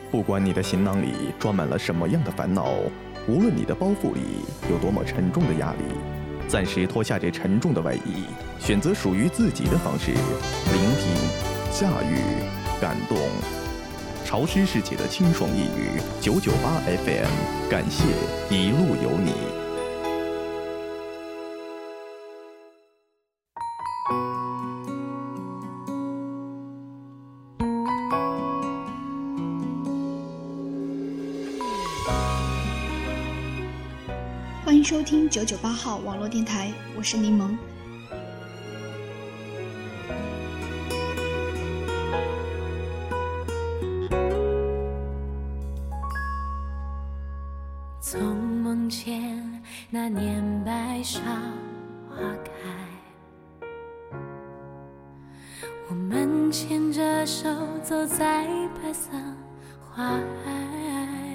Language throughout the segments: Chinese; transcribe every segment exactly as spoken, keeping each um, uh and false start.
不管你的行囊里装满了什么样的烦恼，无论你的包袱里有多么沉重的压力，暂时脱下这沉重的外衣，选择属于自己的方式，聆听、驾驭、感动。潮湿世界的清爽一语，九九八 F M， 感谢一路有你。 欢迎收听九九八号网络电台，我是柠檬。 从梦见那年白芍花开，我们牵着手走在白色花海，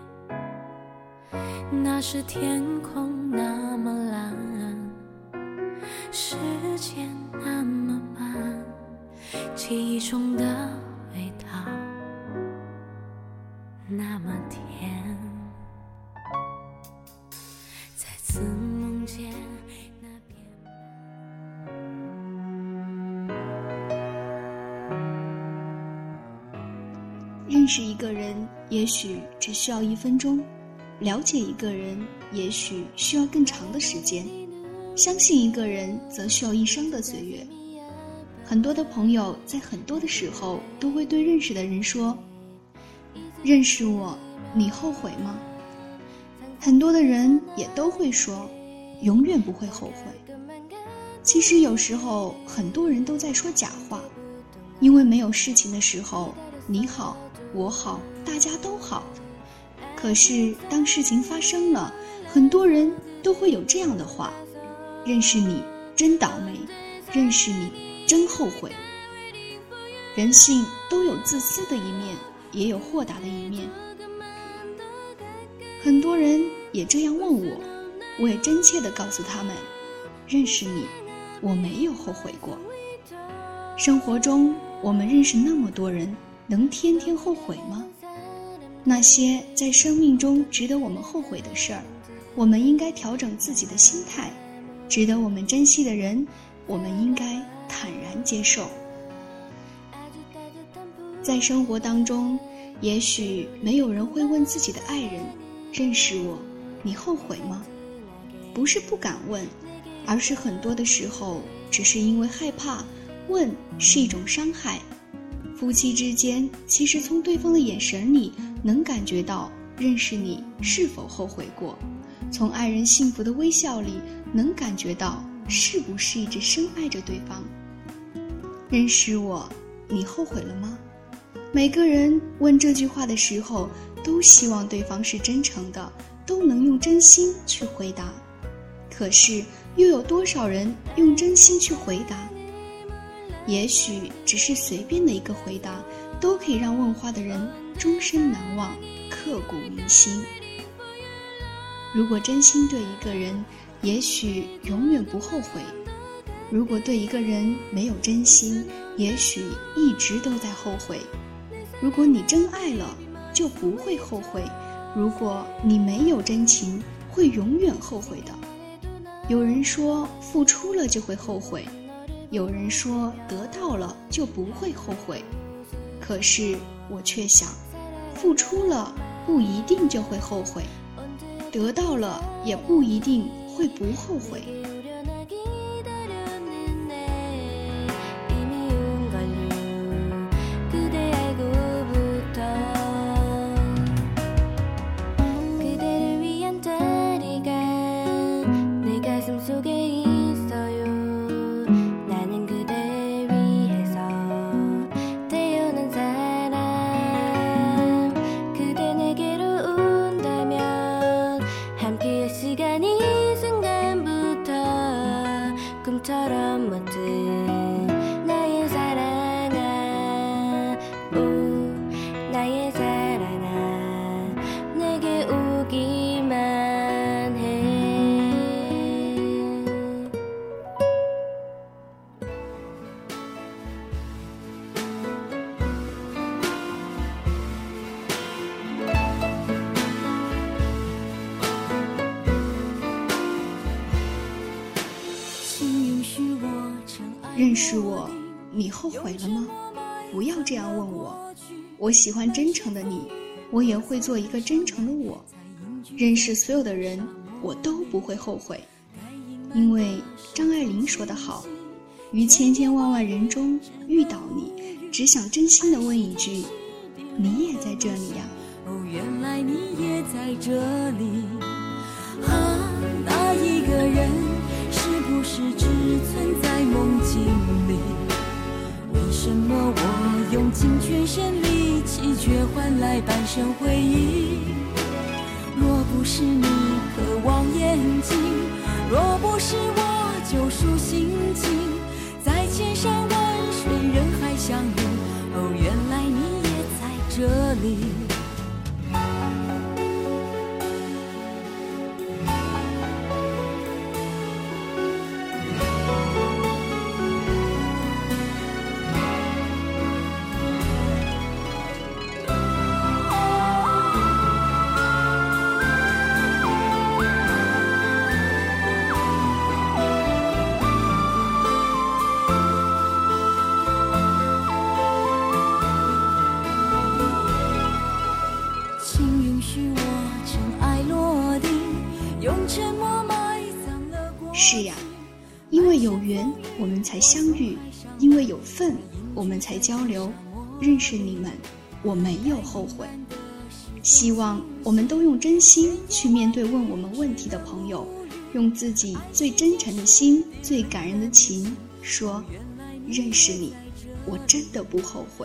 那时天空那么蓝，时间那么慢，记忆中的味道那么甜，再次梦见那片认识一个人也许只需要一分钟，了解一个人也许需要更长的时间，相信一个人则需要一生的岁月。很多的朋友在很多的时候都会对认识的人说，认识我你后悔吗？很多的人也都会说永远不会后悔。其实有时候很多人都在说假话，因为没有事情的时候，你好我好大家都好，可是当事情发生了，很多人都会有这样的话，认识你真倒霉，认识你真后悔。人性都有自私的一面，也有豁达的一面。很多人也这样问我，我也真切地告诉他们，认识你我没有后悔过。生活中我们认识那么多人，能天天后悔吗？那些在生命中值得我们后悔的事儿，我们应该调整自己的心态，值得我们珍惜的人，我们应该坦然接受。在生活当中，也许没有人会问自己的爱人，认识我你后悔吗？不是不敢问，而是很多的时候只是因为害怕，问是一种伤害。夫妻之间其实从对方的眼神里能感觉到认识你是否后悔过，从爱人幸福的微笑里能感觉到是不是一直深爱着对方。认识我你后悔了吗？每个人问这句话的时候都希望对方是真诚的，都能用真心去回答，可是又有多少人用真心去回答？也许只是随便的一个回答，都可以让问话的人终身难忘，刻骨铭心。如果真心对一个人，也许永远不后悔；如果对一个人没有真心，也许一直都在后悔。如果你真爱了，就不会后悔；如果你没有真情，会永远后悔的。有人说付出了就会后悔，有人说得到了就不会后悔，可是我却想，付出了不一定就会后悔，得到了也不一定会不后悔。 认识我，你后悔了吗？不要这样问我。我喜欢真诚的你，我也会做一个真诚的我。认识所有的人，我都不会后悔。因为张爱玲说得好，于千千万万人中遇到你，只想真心地问一句，你也在这里呀？ 哦，原来你也在这里。啊，那一个人是不是只存在梦境里？为什么我用尽全身力气，却换来半生回忆？若不是你渴望眼睛，若不是我救赎心情，在千山万水人海相遇，哦，原来你也在这里。 是呀，因为有缘我们才相遇，因为有份我们才交流。认识你们，我没有后悔。希望我们都用真心去面对问我们问题的朋友，用自己最真诚的心，最感人的情说，认识你，我真的不后悔。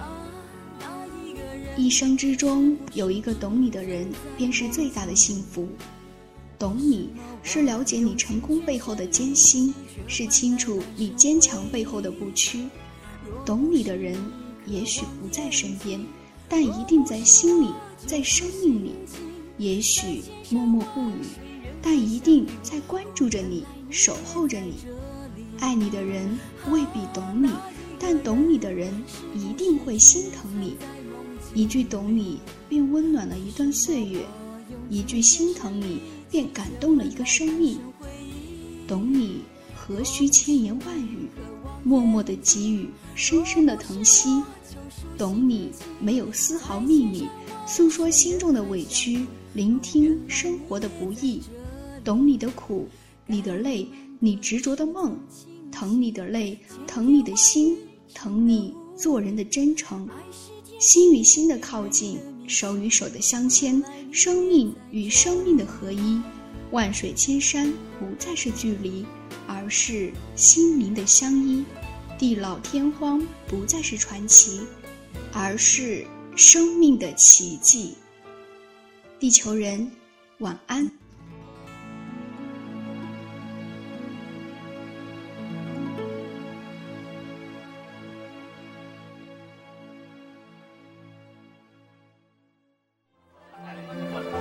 一生之中有一个懂你的人，便是最大的幸福。懂你是了解你成功背后的艰辛，是清楚你坚强背后的不屈。懂你的人也许不在身边，但一定在心里，在生命里。也许默默不语，但一定在关注着你，守候着你。爱你的人未必懂你，但懂你的人一定会心疼你。一句懂你便温暖了一段岁月，一句心疼你便感动了一个生命。懂你何须千言万语，默默的给予，深深的疼惜。懂你没有丝毫秘密，诉说心中的委屈，聆听生活的不易。懂你的苦，你的泪，你执着的梦，疼你的泪，疼你的心，疼你做人的真诚。心与心的靠近，手与手的相牵，生命与生命的合一。万水千山不再是距离，而是心灵的相依。地老天荒不再是传奇，而是生命的奇迹。地球人，晚安。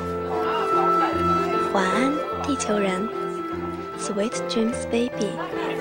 晚安，地球人 ，Sweet dreams, baby。